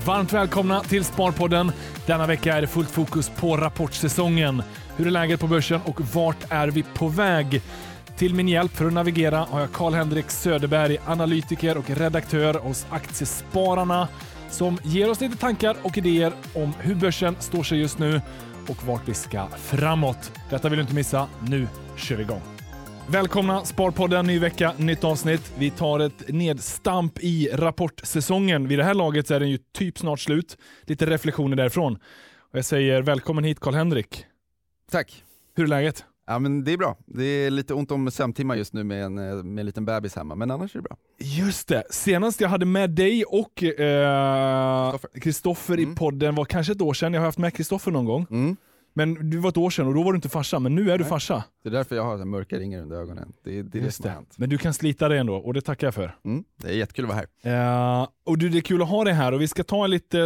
Varmt välkomna till Sparpodden. Denna vecka är det fullt fokus på rapportsäsongen. Hur är läget på börsen och vart är vi på väg? Till min hjälp för att navigera har jag Carl-Henrik Söderberg, analytiker och redaktör hos Aktiespararna, som ger oss lite tankar och idéer om hur börsen står sig just nu och vart vi ska framåt. Detta vill du inte missa. Nu kör vi igång. Välkomna Sparpodden, ny vecka, nytt avsnitt. Vi tar ett nedstamp i rapportsäsongen. Vid det här laget så är den ju typ snart slut. Lite reflektioner därifrån. Och jag säger välkommen hit Carl-Henrik. Tack. Hur är läget? Ja, men det är bra. Det är lite ont om sömntimmar just nu med en liten bebis hemma, men annars är det bra. Just det. Senast jag hade med dig och Kristoffer i podden var kanske ett år sedan. Jag har haft med Kristoffer någon gång. Men det var ett år sedan och då var du inte farsa, men nu är du farsa. Det är därför jag har mörka ringar under ögonen. Det är det som har hänt. Men du kan slita det ändå och det tackar jag för. Det är jättekul att vara här. Och det är kul att ha dig här och vi ska ta en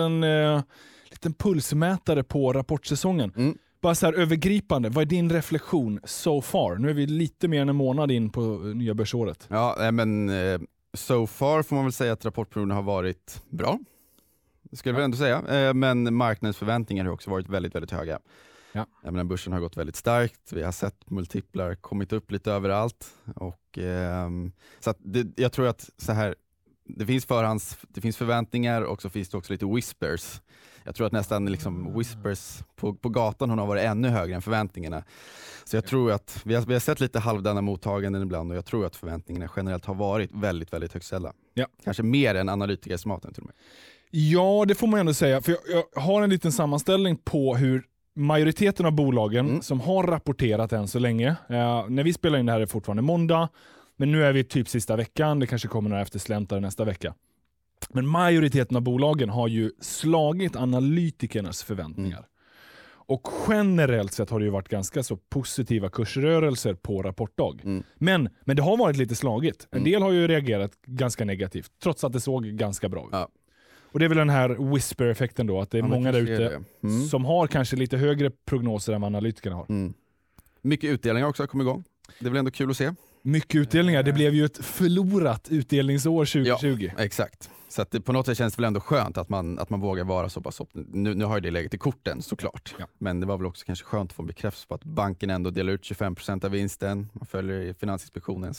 liten pulsmätare på rapportsäsongen. Bara så här övergripande, vad är din reflektion so far? Nu är vi lite mer än en månad in på nya börsåret. Ja, men so far får man väl säga att rapportperioden har varit bra. Det skulle jag väl ändå säga. Men marknadsförväntningar har också varit väldigt, väldigt höga. Ja. Jag menar, börsen har gått väldigt starkt. Vi har sett multiplar kommit upp lite överallt. Och, så att jag tror att så här, det finns förväntningar och så finns det också lite whispers. Jag tror att nästan liksom whispers på gatan har varit ännu högre än förväntningarna. Så jag tror att vi har sett lite halvdana mottaganden ibland och jag tror att förväntningarna generellt har varit väldigt, väldigt högt ställda. Ja. Kanske mer än analytikersmaten till och med. Ja, det får man ändå säga. För jag har en liten sammanställning på hur majoriteten av bolagen som har rapporterat än så länge. När vi spelar in det här är fortfarande måndag. Men nu är vi typ sista veckan. Det kanske kommer några eftersläntare nästa vecka. Men majoriteten av bolagen har ju slagit analytikernas förväntningar. Och generellt sett har det ju varit ganska så positiva kursrörelser på rapportdag. Men det har varit lite slagigt. En del har ju reagerat ganska negativt. Trots att det såg ganska bra ut. Ja. Och det är väl den här whisper-effekten då. Att det är många där ute som har kanske lite högre prognoser än vad analytikerna har. Mycket utdelningar också har kommit igång. Det är väl ändå kul att se. Mycket utdelningar. Det blev ju ett förlorat utdelningsår 2020. Ja, exakt. Så att det, på något sätt känns det väl ändå skönt att man vågar vara så pass nu har ju det läget i korten såklart. Ja. Men det var väl också kanske skönt att få en bekräftelse på att banken ändå delar ut 25% av vinsten. Man följer Finansinspektionens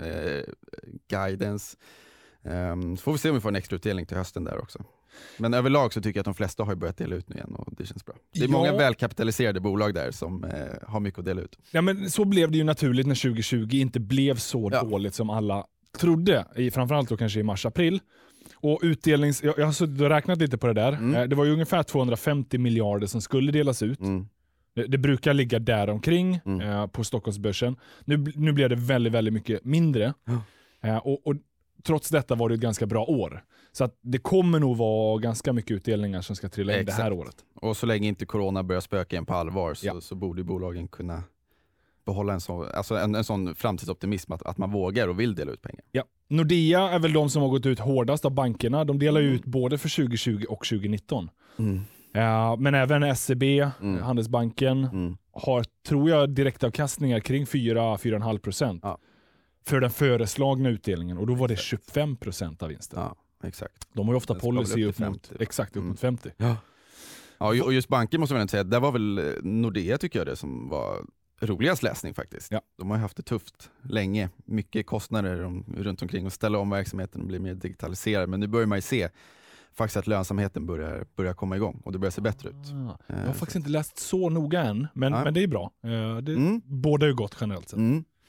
guidance. Så får vi se om vi får en extra utdelning till hösten där också. Men överlag så tycker jag att de flesta har börjat dela ut nu igen och det känns bra. Det är många välkapitaliserade bolag där som har mycket att dela ut. Ja, men så blev det ju naturligt när 2020 inte blev så dåligt som alla trodde. Framförallt då kanske i mars-april. Och jag har suttit och räknat lite på det där. Det var ju ungefär 250 miljarder som skulle delas ut. Det brukar ligga där omkring på Stockholmsbörsen. Nu blev det väldigt, väldigt mycket mindre. Och trots detta var det ett ganska bra år. Så att det kommer nog vara ganska mycket utdelningar som ska trilla in det här året. Och så länge inte corona börjar spöka igen på allvar så borde bolagen kunna behålla en sån framtidsoptimism att man vågar och vill dela ut pengar. Ja. Nordea är väl de som har gått ut hårdast av bankerna. De delar ju ut både för 2020 och 2019. Men även SEB, Handelsbanken, har, tror jag, direktavkastningar kring 4-4,5%. Ja. För den föreslagna utdelningen. Och då var det 25% av vinsten. Ja, exakt. De har ju ofta policy upp mot 50. Ja, och just banker måste man inte säga. Där var väl Nordea tycker jag det som var roligast läsning faktiskt. Ja. De har ju haft det tufft länge. Mycket kostnader runt omkring och ställa om verksamheten och bli mer digitaliserad. Men nu börjar man ju se faktiskt att lönsamheten börjar komma igång och det börjar se bättre ut. Jag har faktiskt inte läst så noga än, men det är bra. Båda är ju gott generellt sett.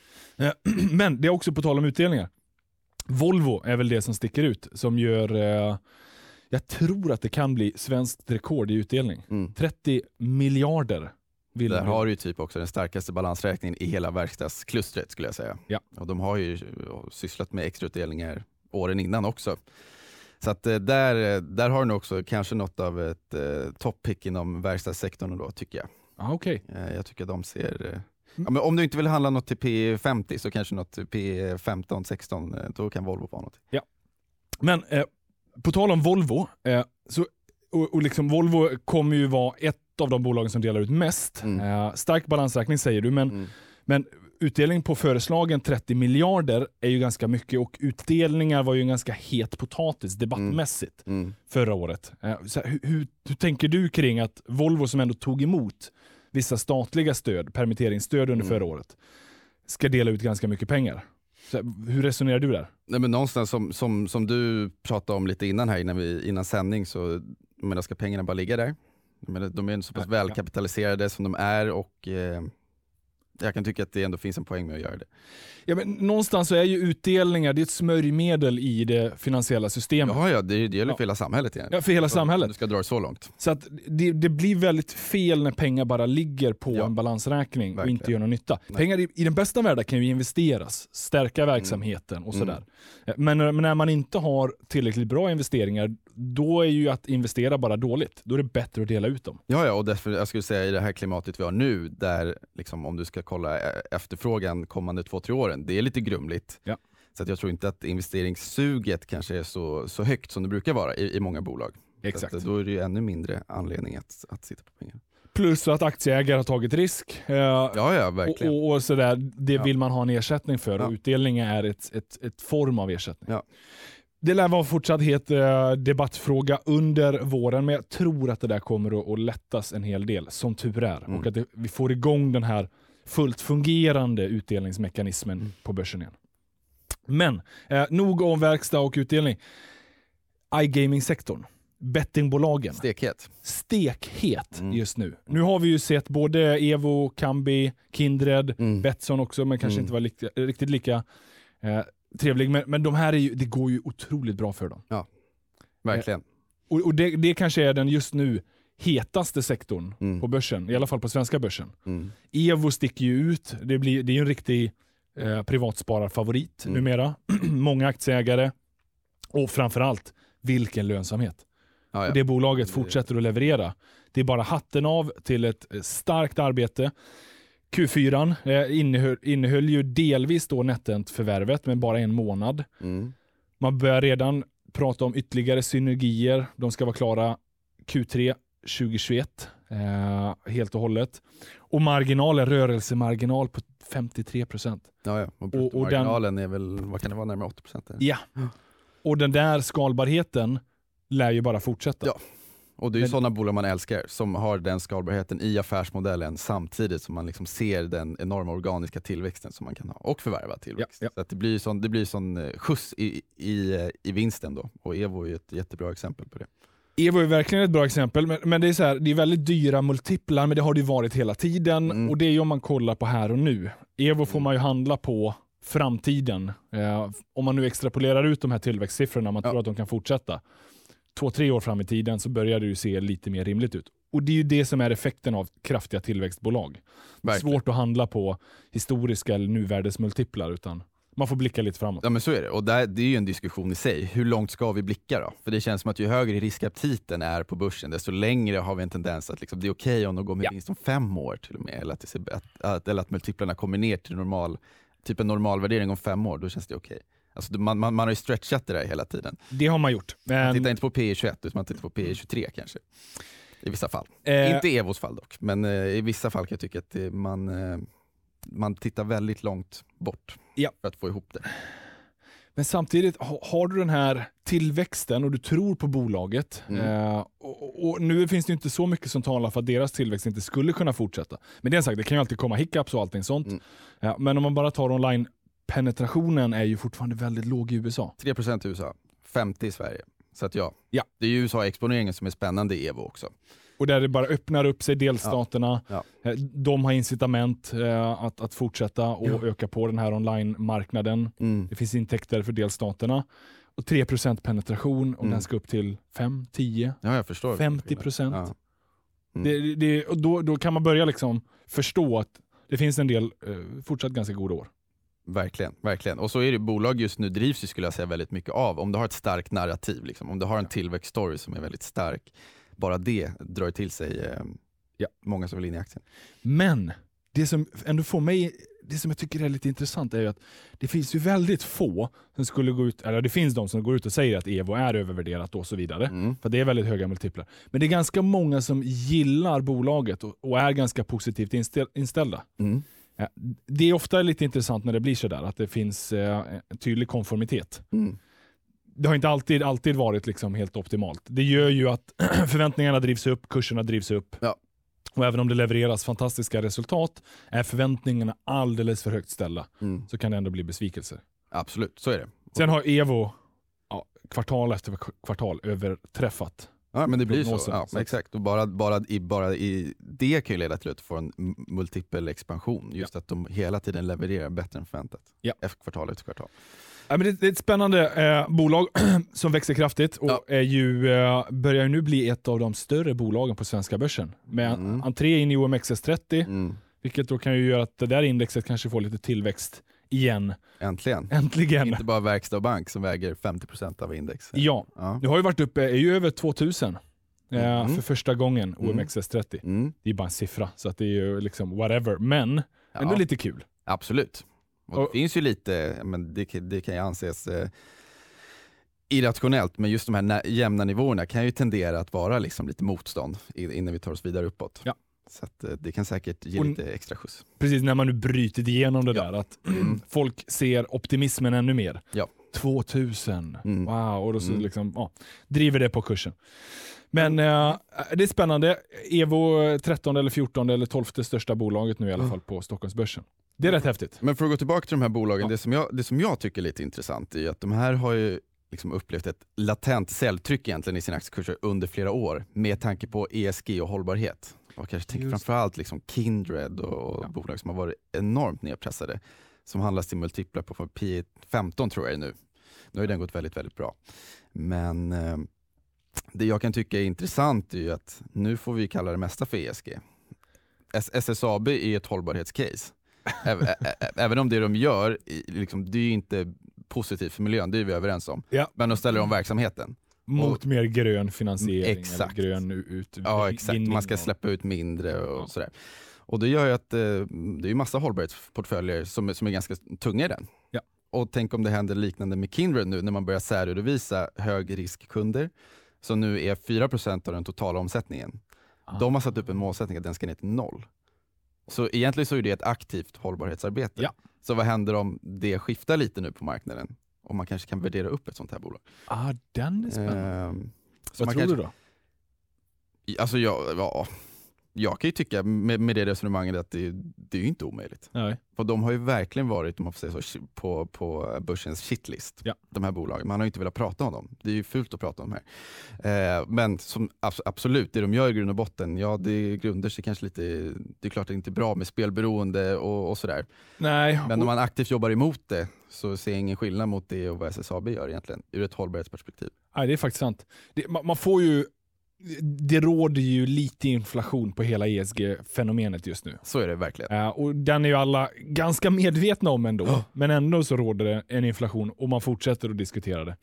Men det är också på tal om utdelningar. Volvo är väl det som sticker ut, som gör jag tror att det kan bli svenskt rekord i utdelning. 30 miljarder. Där har du ju typ också den starkaste balansräkningen i hela verkstadsklustret skulle jag säga. Ja. Och de har ju sysslat med extrautdelningar åren innan också. Så att där har du också kanske något av ett toppick inom verkstadssektorn då tycker jag. Okay. Jag tycker de ser... Ja, men om du inte vill handla något till P50 så kanske något till P15-16 då kan Volvo vara något. Ja. Men på tal om Volvo och liksom Volvo kommer ju vara ett av de bolagen som delar ut mest. Stark balansräkning säger du, men utdelning på föreslagen 30 miljarder är ju ganska mycket, och utdelningar var ju en ganska het potatis debattmässigt förra året. Så hur tänker du kring att Volvo, som ändå tog emot vissa statliga stöd, permitteringsstöd under förra året, ska dela ut ganska mycket pengar? Så hur resonerar du där? Nej, men någonstans som du pratade om lite innan här, innan sändning, så ska pengarna bara ligga där. De är så pass välkapitaliserade som de är, och jag kan tycka att det ändå finns en poäng med att göra det. Ja, men någonstans så är ju utdelningar, det är ett smörjmedel i det finansiella systemet. Ja, det gäller för hela samhället igen. Ja, för hela samhället. Du ska dra det så långt. Så att det blir väldigt fel när pengar bara ligger på en balansräkning. Verkligen. Och inte gör någon nytta. Nej. Pengar i den bästa världen kan ju investeras, stärka verksamheten och sådär. Men när man inte har tillräckligt bra investeringar, då är ju att investera bara dåligt. Då är det bättre att dela ut dem. Ja, och därför jag skulle säga i det här klimatet vi har nu, där liksom, om du ska kolla efterfrågan kommande 2-3 åren, det är lite grumligt. Ja. Så att jag tror inte att investeringssuget kanske är så högt som det brukar vara i många bolag. Exakt. Så att då är det ju ännu mindre anledning att sitta på pengar. Plus att aktieägare har tagit risk. Ja, verkligen. Och sådär, det vill man ha en ersättning för. Och utdelning är ett form av ersättning. Ja. Det lär vara fortsatt het debattfråga under våren, men jag tror att det där kommer att lättas en hel del, som tur är. Och att vi får igång den här fullt fungerande utdelningsmekanismen på börsen igen. Men nog om verkstad och utdelning. iGaming-sektorn, bettingbolagen. Stekhet just nu. Nu har vi ju sett både Evo, Kambi, Kindred, Betsson också, men kanske inte var riktigt lika trevlig. Men de här det går ju otroligt bra för dem. Ja, verkligen. Och det kanske är den just nu hetaste sektorn på börsen, i alla fall på svenska börsen. Evo sticker ju ut. Det är ju en riktig privatspararfavorit numera. Många aktieägare, och framförallt vilken lönsamhet. Och det bolaget fortsätter att leverera. Det är bara hatten av till ett starkt arbete. Q4 innehöll ju delvis då NetEnt-förvärvet, men bara en månad. Man börjar redan prata om ytterligare synergier. De ska vara klara Q3 2021 helt och hållet. Och rörelsemarginal på 53%. Ja. Och marginalen är väl, vad kan det vara, närmare 80%? Ja. Och den där skalbarheten lär ju bara fortsätta. Ja. Och det är ju sådana bolag man älskar, som har den skalbarheten i affärsmodellen, samtidigt som man liksom ser den enorma organiska tillväxten som man kan ha, och förvärva tillväxt. Ja. Så att det blir sån skjuts i vinsten då. Och Evo är ju ett jättebra exempel på det. Evo är verkligen ett bra exempel, men det är så här, det är väldigt dyra multiplar, men det har det ju varit hela tiden. Och det är ju om man kollar på här och nu. Evo får man ju handla på framtiden. Om man nu extrapolerar ut de här tillväxtsiffrorna, man tror att de kan fortsätta. 2-3 år fram i tiden så börjar det ju se lite mer rimligt ut. Och det är ju det som är effekten av kraftiga tillväxtbolag. Svårt att handla på historiska eller nuvärdesmultiplar, utan man får blicka lite framåt. Ja, men så är det. Och det är ju en diskussion i sig. Hur långt ska vi blicka då? För det känns som att ju högre riskaptiten är på börsen, desto längre har vi en tendens att liksom, det är okej om de går med vinst om 5 år till och med. Eller att multiplarna kommer ner till en normal värdering om 5 år. Då känns det okej. Alltså man har ju stretchat det där hela tiden. Det har man gjort. Man tittar inte på P/E21, utan man tittar på P/E23 kanske. I vissa fall. Inte i Evos fall dock, men i vissa fall kan jag tycka att man tittar väldigt långt bort för att få ihop det. Men samtidigt har du den här tillväxten och du tror på bolaget. Och nu finns det inte så mycket som talar för att deras tillväxt inte skulle kunna fortsätta. Men det är sagt, det kan ju alltid komma hiccups och allting sånt. Men om man bara tar online, penetrationen är ju fortfarande väldigt låg i USA. 3% i USA, 50% i Sverige. Så att det är ju USA-exponeringen som är spännande i Evo också. Och där det bara öppnar upp sig delstaterna. De har incitament att fortsätta och öka på den här online-marknaden. Det finns intäkter för delstaterna. Och 3% penetration, och den ska upp till 5-10, jag förstår 50%. Och då kan man börja liksom förstå att det finns en del fortsatt ganska goda år. Verkligen, verkligen. Och så är det, bolag just nu drivs ju, skulle jag säga, väldigt mycket av. Om du har ett starkt narrativ, liksom, om du har en tillväxtstory som är väldigt stark, bara det drar till sig många som vill in i aktien. Men det som ändå får mig, det som jag tycker är lite intressant är ju att det finns ju väldigt få som skulle gå ut, eller det finns de som går ut och säger att Evo är övervärderat och så vidare. För det är väldigt höga multiplar. Men det är ganska många som gillar bolaget och är ganska positivt inställda. Det är ofta lite intressant när det blir så där, att det finns en tydlig konformitet. Det har inte alltid varit liksom helt optimalt. Det gör ju att förväntningarna drivs upp, kurserna drivs upp. Ja. Och även om det levereras fantastiska resultat, är förväntningarna alldeles för högt ställda, så kan det ändå bli besvikelser. Absolut, så är det. Sen har Evo kvartal efter kvartal överträffat. Ja, men det blir så. Så. Ja, exakt. Och bara i det kan ju leda till att få en multipel expansion. Just att de hela tiden levererar bättre än förväntat. Efter kvartal efter kvartal. Ja, men det är ett spännande bolag som växer kraftigt och börjar ju nu bli ett av de större bolagen på svenska börsen. Med entré in i OMXS30, vilket då kan ju göra att det där indexet kanske får lite tillväxt igen. Äntligen. Äntligen. Inte bara verkstad och bank som väger 50% av index. Ja, det har ju varit uppe, är ju över 2000 för första gången, OMXS30. Det är bara en siffra, så att det är ju liksom whatever, men ändå lite kul. Absolut. Och det finns ju lite, men det kan ju anses irrationellt, men just de här jämna nivåerna kan ju tendera att vara liksom lite motstånd innan vi tar oss vidare uppåt. Ja. Så att det kan säkert ge lite extra skjuts. Precis, när man nu bryter igenom det där, att folk ser optimismen ännu mer. 2000, wow, och då så liksom, driver det på kursen. Men det är spännande. Evo 13 eller 14 eller 12 största bolaget nu i alla fall på Stockholmsbörsen. Det är rätt häftigt. Men för att gå tillbaka till de här bolagen, det som jag tycker är lite intressant är att de här har ju liksom upplevt ett latent säljtryck egentligen i sina aktiekurser under flera år med tanke på ESG och hållbarhet. Och kanske tänker framförallt liksom Kindred och bolag som har varit enormt nedpressade, som handlas till multiplar på P15 tror jag nu. Nu har den gått väldigt, väldigt bra. Men det jag kan tycka är intressant är ju att nu får vi kalla det mesta för ESG. SSAB är ett hållbarhetscase. Även om det de gör, liksom, det är ju inte positivt för miljön, det är vi överens om. Men de ställer om verksamheten. Mot mer grön finansiering. Exakt. Eller grön ut. Ja, exakt. Man ska släppa ut mindre och sådär. Och det gör ju att det är ju massa hållbarhetsportföljer som är ganska tunga i den. Och tänk om det händer liknande med Kindred nu när man börjar särredovisa högriskkunder. Så nu är 4% av den totala omsättningen. De har satt upp en målsättning att den ska ner till 0. Så egentligen så är det ett aktivt hållbarhetsarbete. Så vad händer om det skiftar lite nu på marknaden? Om man kanske kan värdera upp ett sånt här bolag. Den är spännande. Vad tror du då? Alltså jag kan ju tycka med det resonemanget att det är ju inte omöjligt. Nej. För de har ju verkligen varit, om man får säga så, på börsens shitlist. De här bolagen. Man har ju inte velat prata om dem. Det är ju fult att prata om här. Men som, absolut, det de gör i grund och botten, det grundar sig kanske lite, det är klart att det inte är bra med spelberoende och sådär. Nej. Men om man aktivt jobbar emot det så ser jag ingen skillnad mot det och vad SSAB gör egentligen, ur ett hållbarhetsperspektiv. Nej, det är faktiskt sant. Man får ju, det råder ju lite inflation på hela ESG-fenomenet just nu. Så är det verkligen. Och den är ju alla ganska medvetna om ändå. Men ändå så råder det en inflation och man fortsätter att diskutera det.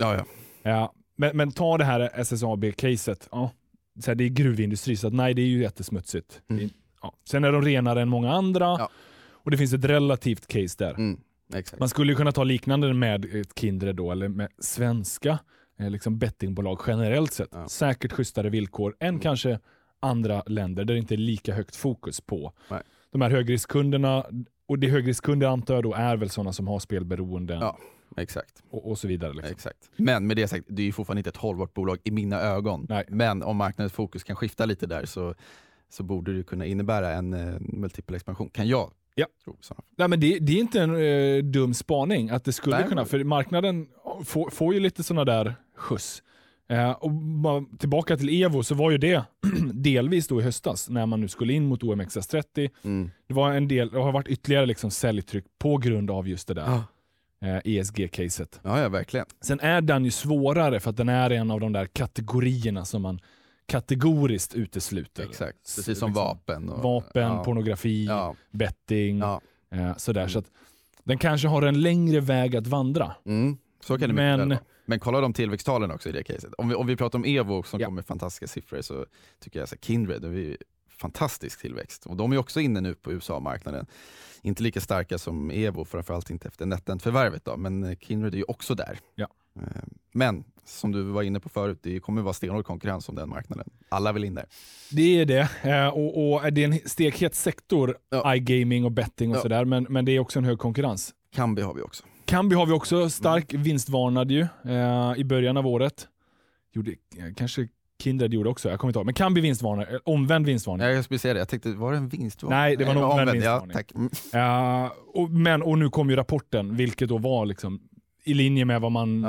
Men ta det här SSAB-caset. Så det är gruvindustri, så att nej, det är ju jättesmutsigt. Sen är de renare än många andra. Och det finns ett relativt case där. Exakt. Man skulle ju kunna ta liknande med ett Kindred då, eller med svenska liksom bettingbolag generellt sett. Säkert schysstare villkor än kanske andra länder där det inte är lika högt fokus på de här högriskkunderna. Och det högriskkunder antar jag då är väl sådana som har spelberoende. Exakt. Och så vidare. Liksom. Exakt. Men med det sagt, det är ju fortfarande inte ett hållbart bolag i mina ögon. Nej. Men om marknadens fokus kan skifta lite där så borde det kunna innebära en multipel expansion. Kan jag tro. Nej, men det är inte en dum spaning att det skulle kunna. För marknaden får ju lite sådana där skjuts. Och tillbaka till Evo så var ju det delvis då i höstas när man nu skulle in mot OMXS30. Det var en del, det har varit ytterligare liksom säljtryck på grund av just det där. ESG-caset. Ja, verkligen. Sen är den ju svårare för att den är en av de där kategorierna som man kategoriskt utesluter. Exakt, precis som vapen. Pornografi, betting, sådär. Så att den kanske har en längre väg att vandra. Så kan det mycket väl vara. Men kolla de tillväxttalen också i det caset. Om vi pratar om Evo som kommer med fantastiska siffror så tycker jag att Kindred, det är fantastisk tillväxt. Och de är också inne nu på USA-marknaden. Inte lika starka som Evo, framförallt inte efter NetEnt-förvärvet då, men Kindred är ju också där. Men som du var inne på förut, det kommer vara stenhård konkurrens om den marknaden. Alla vill in där. Det är det. Och det är en stekhet sektor, iGaming och betting och sådär, men det är också en hög konkurrens. Kambi har vi också. Kambi har vi också, stark vinstvarnad ju i början av året. Kanske Kindred gjorde också, jag kommer inte ihåg. Men Kambi vinstvarnad, omvänd vinstvarning. Jag skulle säga det, jag tänkte, var det en vinstvarning? Nej, det var en omvänd vinstvarning. Ja, tack. Och nu kom ju rapporten, vilket då var liksom i linje med vad man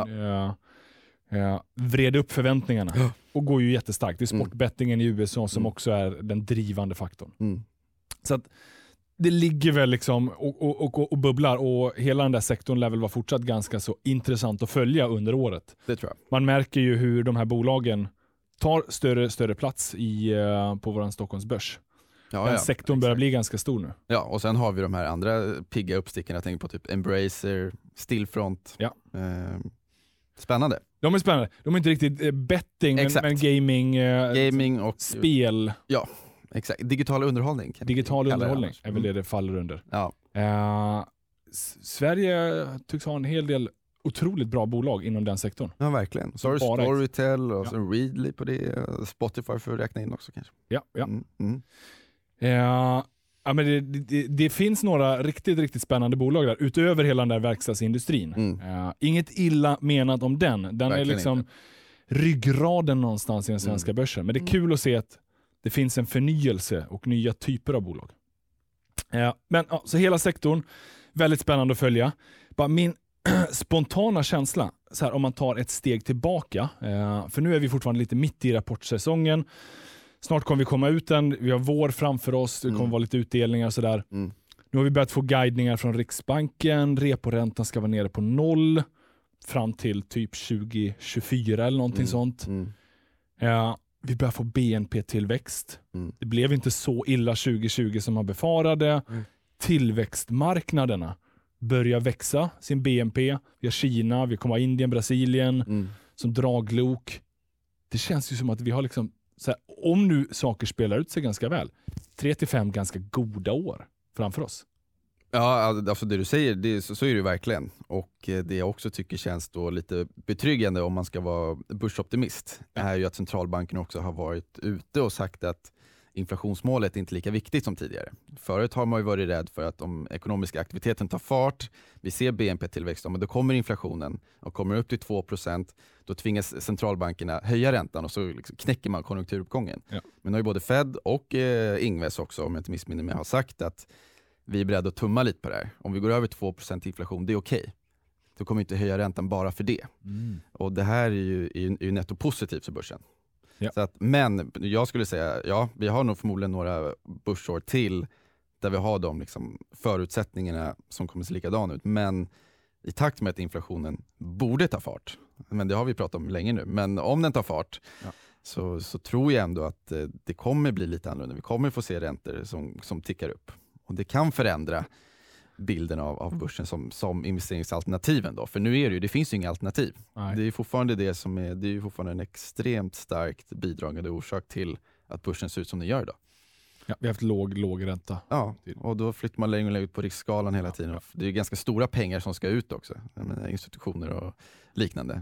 vred upp förväntningarna. Och går ju jättestarkt. Det är sportbettingen i USA som också är den drivande faktorn. Så att det ligger väl liksom och bubblar, och hela den där sektorn lär väl vara fortsatt ganska så intressant att följa under året. Det tror jag. Man märker ju hur de här bolagen tar större plats på våran Stockholmsbörs. Den sektorn börjar bli ganska stor nu. Ja, och sen har vi de här andra pigga uppstickarna. Jag tänker på typ Embracer, Stillfront. Ja. Spännande. De är spännande. De är inte riktigt betting, men gaming och spel. Ja, exakt. Digital underhållning. Digital underhållning är väl det faller under. Ja. Sverige tycks ha en hel del otroligt bra bolag inom den sektorn. Ja, verkligen. Så har du Storytel och så Readly på det. Spotify för att räkna in också kanske. Ja. Men det finns några riktigt spännande bolag där, utöver hela den där verkstadsindustrin. Inget illa menat om den. Den verkligen är liksom ryggraden någonstans i den svenska börsen. Men det är kul att se att det finns en förnyelse och nya typer av bolag. Så hela sektorn, väldigt spännande att följa. Bara min spontana känsla, så här, om man tar ett steg tillbaka, för nu är vi fortfarande lite mitt i rapportsäsongen. Snart kommer vi komma ut den, vi har vår framför oss, det kommer vara lite utdelningar och sådär. Nu har vi börjat få guidningar från Riksbanken, reporäntan ska vara nere på 0 fram till typ 2024 eller någonting sånt. Vi börjar få BNP-tillväxt. Det blev inte så illa 2020 som man befarade. Tillväxtmarknaderna börjar växa sin BNP. Vi har Kina, vi kommer ha Indien, Brasilien som draglok. Det känns ju som att vi har liksom, så här, om nu saker spelar ut sig ganska väl, 3-5 ganska goda år framför oss. Ja, alltså det du säger, så är det ju verkligen. Och det jag också tycker känns då lite betryggande om man ska vara börsoptimist är ju att centralbanken också har varit ute och sagt att inflationsmålet är inte lika viktigt som tidigare. Förut har man ju varit rädd för att om ekonomiska aktiviteten tar fart, vi ser BNP-tillväxt, men då kommer inflationen och kommer upp till 2%, då tvingas centralbankerna höja räntan och så liksom knäcker man konjunkturuppgången. Men nu har ju både Fed och Ingves också, om jag inte missminner mig, har sagt att vi är beredda att tumma lite på det här. Om vi går över 2% inflation, det är okej. Då kommer vi inte höja räntan bara för det. Och det här är ju netto positivt för börsen. Så att, men jag skulle säga, vi har nog förmodligen några börsår till där vi har de liksom förutsättningarna som kommer se likadana ut. Men i takt med att inflationen borde ta fart, men det har vi pratat om länge nu, men om den tar fart så tror jag ändå att det kommer bli lite annorlunda. Vi kommer få se räntor som tickar upp. Och det kan förändra bilden av börsen som investeringsalternativen då. För nu är det finns ju inga alternativ. Nej. Det är fortfarande det är ju fortfarande en extremt starkt bidragande orsak till att börsen ser ut som den gör idag. Ja, vi har haft låg ränta. Ja, och då flyttar man längre och längre ut på riskskalan hela tiden. Det är ganska stora pengar som ska ut också. Institutioner och liknande.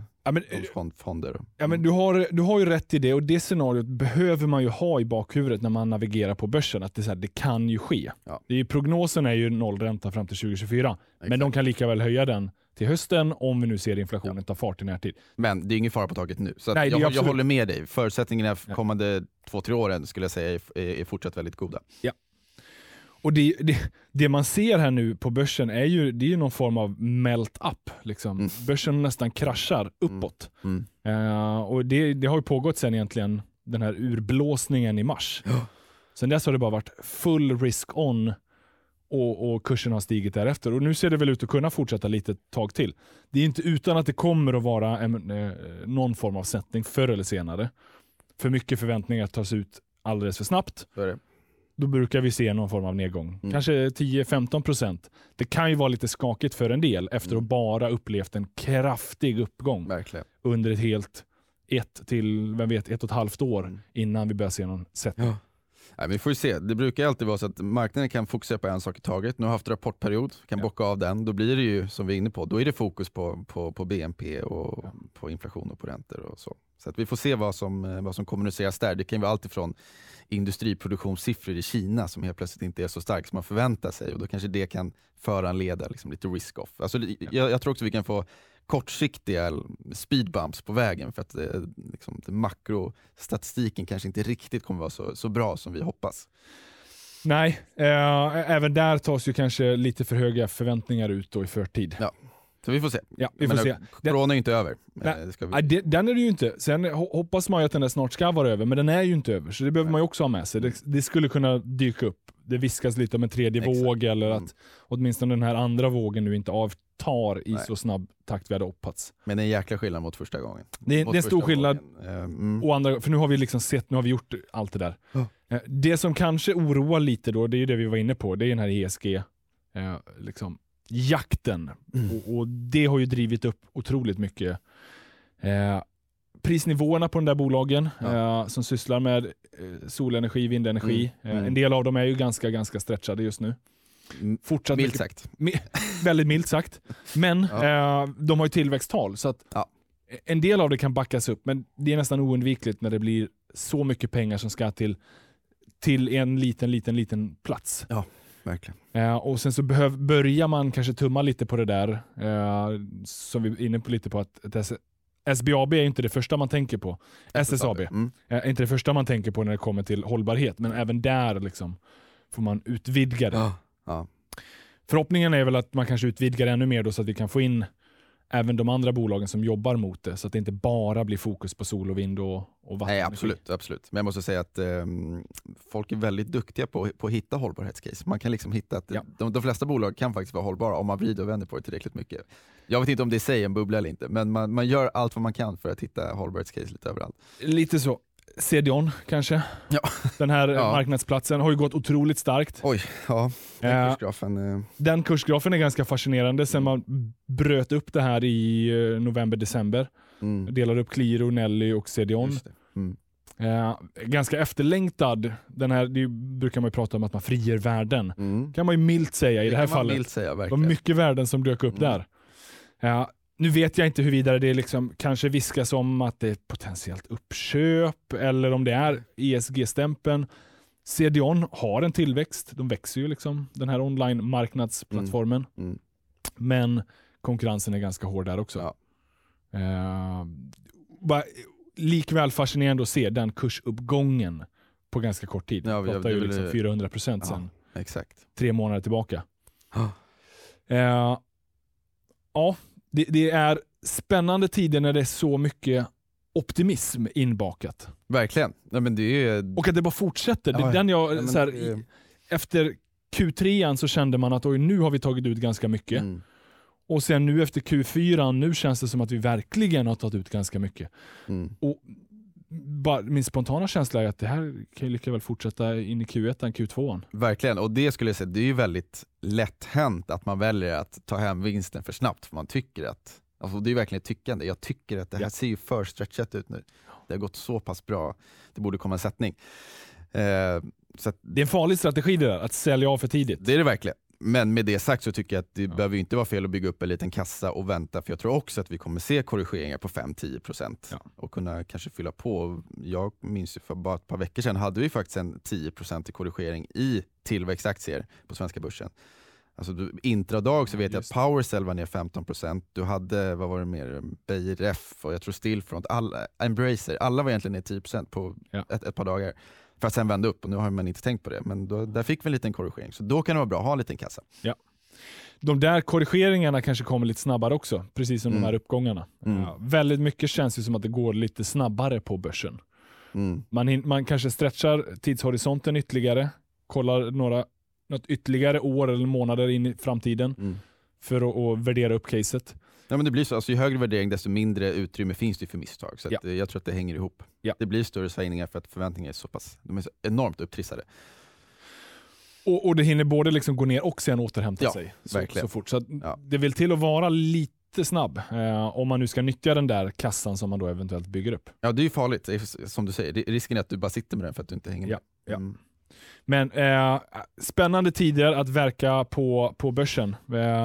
Fonder. Ja, men du har ju rätt i det, och det scenariot behöver man ju ha i bakhuvudet när man navigerar på börsen. Att det kan ju ske. Ja. Prognosen är ju nollränta fram till 2024. Exakt. Men de kan lika väl höja den till hösten om vi nu ser inflationen ta fart i närtid. Men det är ingen fara på taget nu. Så nej, jag håller med dig. Förutsättningarna för kommande 2-3 åren skulle jag säga är fortsatt väldigt goda. Ja. Och det man ser här nu på börsen är ju någon form av melt-up. Liksom. Börsen nästan kraschar uppåt. Och det har ju pågått sen egentligen den här urblåsningen i mars. Sen dess har det bara varit full risk on och kursen har stigit därefter. Och nu ser det väl ut att kunna fortsätta lite tag till. Det är inte utan att det kommer att vara någon form av sättning förr eller senare. För mycket förväntningar tas ut alldeles för snabbt. Då brukar vi se någon form av nedgång. Kanske 10-15%. Det kan ju vara lite skakigt för en del efter att bara upplevt en kraftig uppgång. Verkligen. Under ett helt 1 till 1,5 år innan vi börjar se någon sättning. Ja. Nej, men vi får ju se. Det brukar alltid vara så att marknaden kan fokusera på en sak i taget. Nu har vi haft rapportperiod, kan bocka av den. Då blir det ju, som vi är inne på, då är det fokus på BNP och på inflation och på räntor och så. Så att vi får se vad som kommuniceras där. Det kan ju vara allt ifrån industriproduktionssiffror i Kina som helt plötsligt inte är så stark som man förväntar sig, och då kanske det kan föranleda liksom lite risk-off. Alltså, jag tror också vi kan få kortsiktiga speedbumps på vägen, för att liksom, makrostatistiken kanske inte riktigt kommer vara så bra som vi hoppas. Nej, även där tas ju kanske lite för höga förväntningar ut då i förtid. Ja. Så vi får se. Ja, vi får se. Corona är ju inte över. Den är det ju inte. Sen hoppas man ju att den där snart ska vara över, men den är ju inte över. Så det behöver man ju också ha med sig. Det skulle kunna dyka upp. Det viskas lite om en tredje våg, eller att åtminstone den här andra vågen nu inte avtar i så snabb takt vi hade hoppats. Men det är en jäkla skillnad mot första gången. Det är en stor skillnad. Och andra, för nu har vi liksom sett, nu har vi gjort allt det där. Det som kanske oroar lite då, det är ju det vi var inne på. Det är den här ESG liksom jakten. Och det har ju drivit upp otroligt mycket prisnivåerna på de där bolagen som sysslar med solenergi, vindenergi. En del av dem är ju ganska stretchade just nu. Fortsatt milt sagt. Väldigt milt sagt. Men de har ju tillväxttal, så att en del av det kan backas upp, men det är nästan oundvikligt när det blir så mycket pengar som ska till en liten plats. Ja. Verkligen. Och sen så börjar man kanske tumma lite på det där, som vi är inne på lite på, att SBAB är inte det första man tänker på. SSAB är inte det första man tänker på när det kommer till hållbarhet, men även där liksom får man utvidga det. Ja. Förhoppningen är väl att man kanske utvidgar ännu mer då, så att vi kan få in även de andra bolagen som jobbar mot det, så att det inte bara blir fokus på sol och vind och vatten. Nej, absolut. Men jag måste säga att folk är väldigt duktiga på att hitta hållbarhetscase. Man kan liksom hitta att de flesta bolag kan faktiskt vara hållbara om man vrider och vänder på det tillräckligt mycket. Jag vet inte om det säger en bubbla eller inte, men man gör allt vad man kan för att hitta hållbarhetscase lite överallt. Lite så. CDON kanske. Ja. Den här marknadsplatsen har ju gått otroligt starkt. Oj, kursgrafen. Den kursgrafen är ganska fascinerande sen man bröt upp det här i november-december. Delade upp Qliro, Nelly och CDON. Ganska efterlängtad. Den här, det brukar man ju prata om att man friger värden. Kan man ju milt säga i det här fallet. Det var mycket värden som dök upp där. Nu vet jag inte huruvida det liksom kanske viskas om att det är potentiellt uppköp eller om det är ESG-stämpeln. CDON har en tillväxt. De växer ju liksom, den här online-marknadsplattformen. Men konkurrensen är ganska hård där också. Likväl fascinerande att se den kursuppgången på ganska kort tid. Det pratar ju liksom 400% sen. Exakt. 3 månader tillbaka. Det är spännande tider när det är så mycket optimism inbakat. Verkligen. Ja, men det är... Och att det bara fortsätter. Efter Q3 så kände man att nu har vi tagit ut ganska mycket. Och sen nu efter Q4, nu känns det som att vi verkligen har tagit ut ganska mycket. Och min spontana känsla är att det här kan ju lika väl fortsätta in i Q1, Q2. Verkligen, och det skulle jag säga, det är ju väldigt lätt hänt att man väljer att ta hem vinsten för snabbt, för man tycker att, alltså det är verkligen ett tyckande, jag tycker att det här ser ju för stretchat ut nu. Det har gått så pass bra, det borde komma en sättning. Så att, det är en farlig strategi det där, att sälja av för tidigt. Det är det verkligen. Men med det sagt så tycker jag att det behöver inte vara fel att bygga upp en liten kassa och vänta, för jag tror också att vi kommer se korrigeringar på 5-10% och kunna kanske fylla på. Jag minns ju för bara ett par veckor sedan hade vi faktiskt en 10% i korrigering i tillväxtaktier på svenska börsen. Alltså intradag så vet jag att PowerCell var ner 15%, du hade, vad var det mer, BRF och jag tror Stillfront, Embracer, alla var egentligen ner 10% på ett par dagar. För att sen vända upp, och nu har man inte tänkt på det. Men där fick vi en liten korrigering. Så då kan det vara bra att ha en liten kassa. Ja. De där korrigeringarna kanske kommer lite snabbare också. Precis som de här uppgångarna. Väldigt mycket känns ju som att det går lite snabbare på börsen. Man kanske stretchar tidshorisonten ytterligare. Kollar något ytterligare år eller månader in i framtiden. För att värdera upp caset. Ja, men det blir så, alltså, ju högre värdering desto mindre utrymme finns det för misstag. Så att, jag tror att det hänger ihop. Det blir större svängningar för att förväntningarna är de är så enormt upptrissade. Och det hinner både liksom gå ner och sen återhämta sig så fort. Så det vill till att vara lite snabb om man nu ska nyttja den där kassan som man då eventuellt bygger upp. Ja, det är ju farligt. Som du säger, risken är att du bara sitter med den för att du inte hänger med. Men spännande tider att verka på börsen.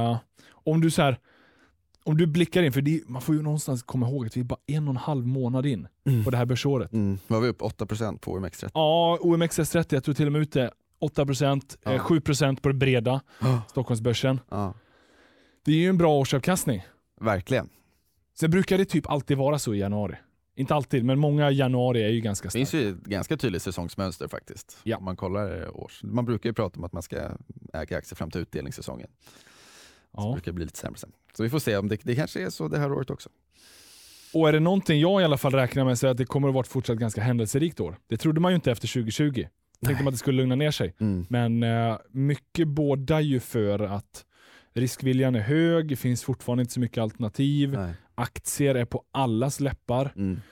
Om du blickar in, för man får ju någonstans komma ihåg att vi är bara 1,5 månad in på det här börsåret. Var vi upp 8% på OMXS30? Ja, OMXS30, jag tror till och med ute 8%, 7% på det breda Stockholmsbörsen. Det är ju en bra årsavkastning. Verkligen. Sen brukar det typ alltid vara så i januari. Inte alltid, men många januari är ju ganska starkt. Det finns ju ett ganska tydligt säsongsmönster faktiskt. Ja. Om man kollar års. Man brukar ju prata om att man ska äga aktier fram till utdelningssäsongen. Så brukar det bli lite sämre sen. Så vi får se om det kanske är så det här året också. Och är det någonting jag i alla fall räknar med, så att det kommer att vara ett fortsatt ganska händelserikt år. Det trodde man ju inte efter 2020. Tänkte man att det skulle lugna ner sig. Men mycket bådar ju för att riskviljan är hög, det finns fortfarande inte så mycket alternativ. Nej. Aktier är på allas läppar.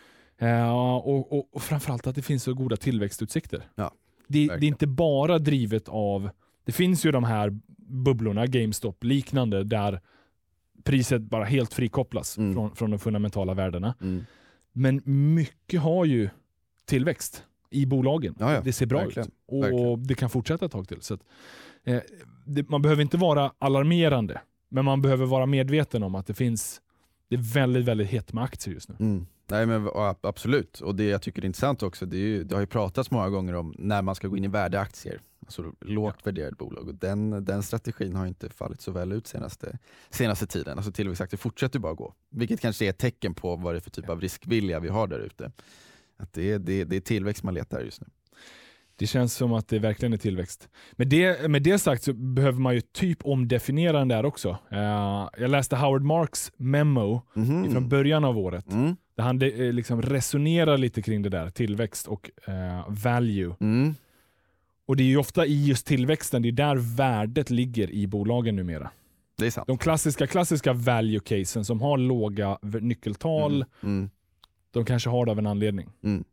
Och framförallt att det finns så goda tillväxtutsikter. Ja, det är inte bara drivet av... Det finns ju de här bubblorna, GameStop liknande, där priset bara helt frikopplas från de fundamentala värdena. Men mycket har ju tillväxt i bolagen. Ja, det ser bra verkligen. ut. Och det kan fortsätta ett tag till. Så att, man behöver inte vara alarmerande, men man behöver vara medveten om att det är väldigt, väldigt hett med aktier just nu. Nej, men absolut. Och det jag tycker är intressant också, det har ju pratats många gånger om när man ska gå in i värdeaktier. Alltså lågt värderade bolag. Och den strategin har inte fallit så väl ut senaste tiden. Alltså tillväxtaktier fortsätter bara gå. Vilket kanske är ett tecken på vad det är för typ av riskvilja vi har där ute. Att det är tillväxt man letar just nu. Det känns som att det verkligen är tillväxt. Med det sagt så behöver man ju typ omdefiniera den där också. Jag läste Howard Marks memo från början av året. Där han liksom resonerar lite kring det där. Tillväxt och value. Och det är ju ofta i just tillväxten, det är där värdet ligger i bolagen numera. Det är sant. De klassiska value-casen som har låga nyckeltal, de kanske har det av en anledning.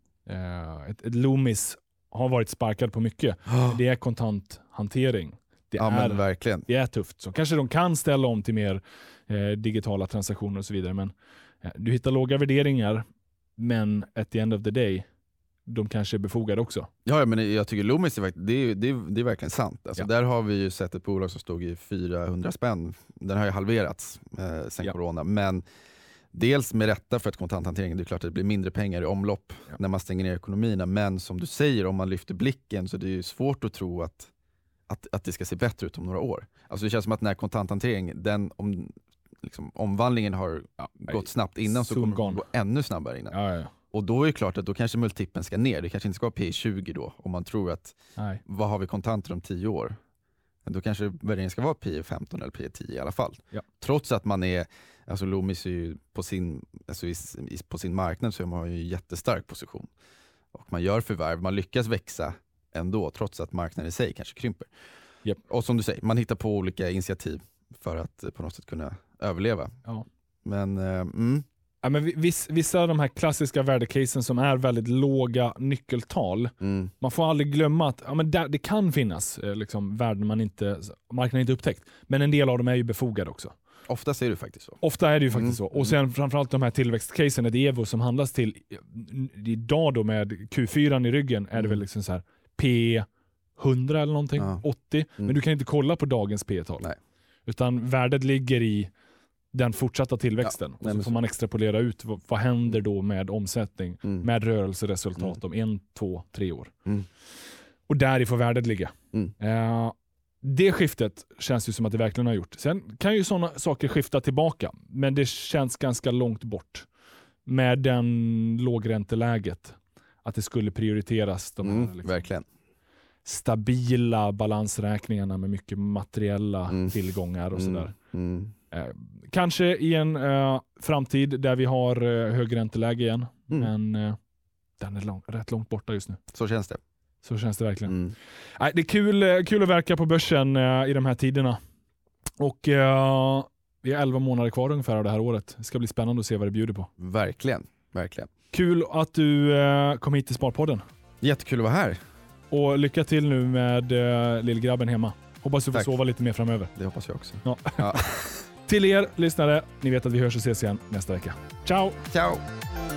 Ett Loomis har varit sparkad på mycket. Det är kontanthantering. Men verkligen. Det är tufft. Så kanske de kan ställa om till mer digitala transaktioner och så vidare. Men du hittar låga värderingar, men at the end of the day, de kanske är befogade också. Ja, men jag tycker Loomis det är verkligen sant. Alltså, där har vi ju sett ett bolag som stod i 400 spänn. Den har ju halverats sen corona. Men dels med rätta för att kontanthanteringen, det är klart att det blir mindre pengar i omlopp när man stänger ner ekonomierna. Men som du säger, om man lyfter blicken så det är ju svårt att tro att det ska se bättre ut om några år. Alltså det känns som att när kontanthantering, omvandlingen har gått snabbt innan, så kommer det gå ännu snabbare innan. Och då är det klart att då kanske multipeln ska ner. Det kanske inte ska vara P20 då. Om man tror att vad har vi kontanter om 10 år? Då kanske värderingen ska vara P15 eller P10 i alla fall. Trots att man är, alltså Loomis är ju på sin marknad, så har man ju en jättestark position. Och man gör förvärv, man lyckas växa ändå trots att marknaden i sig kanske krymper. Och som du säger, man hittar på olika initiativ för att på något sätt kunna överleva. Men vissa av de här klassiska värdecasen som är väldigt låga nyckeltal, man får aldrig glömma att det kan finnas värden marknaden inte upptäckt. Men en del av dem är ju befogade också. Ofta är det faktiskt så. Ofta är det ju faktiskt så. Och sen framförallt de här tillväxtcasen, ett Evo som handlas till idag då med Q4 i ryggen, är det väl så här P100 eller någonting, 80. Men du kan inte kolla på dagens P-tal. Utan värdet ligger i den fortsatta tillväxten. Och så får man extrapolera ut vad händer då med omsättning, med rörelseresultat om 1, 2, 3 år. Och där får värdet ligga. Det skiftet känns ju som att det verkligen har gjort. Sen kan ju sådana saker skifta tillbaka, men det känns ganska långt bort med den lågränteläget. Att det skulle prioriteras de här verkligen stabila balansräkningarna med mycket materiella tillgångar och sådär. Kanske i en framtid där vi har högränteläge igen, men den är rätt långt borta just nu. Så känns det. Så känns det verkligen. Det är kul att verka på börsen i de här tiderna. Och vi har 11 månader kvar ungefär av det här året. Det ska bli spännande att se vad det bjuder på. Verkligen. Kul att du kom hit till Sparpodden. Jättekul att vara här. Och lycka till nu med lillgrabben hemma. Hoppas du får sova lite mer framöver. Det hoppas jag också. Till er lyssnare, ni vet att vi hörs och ses igen nästa vecka. Ciao! Ciao!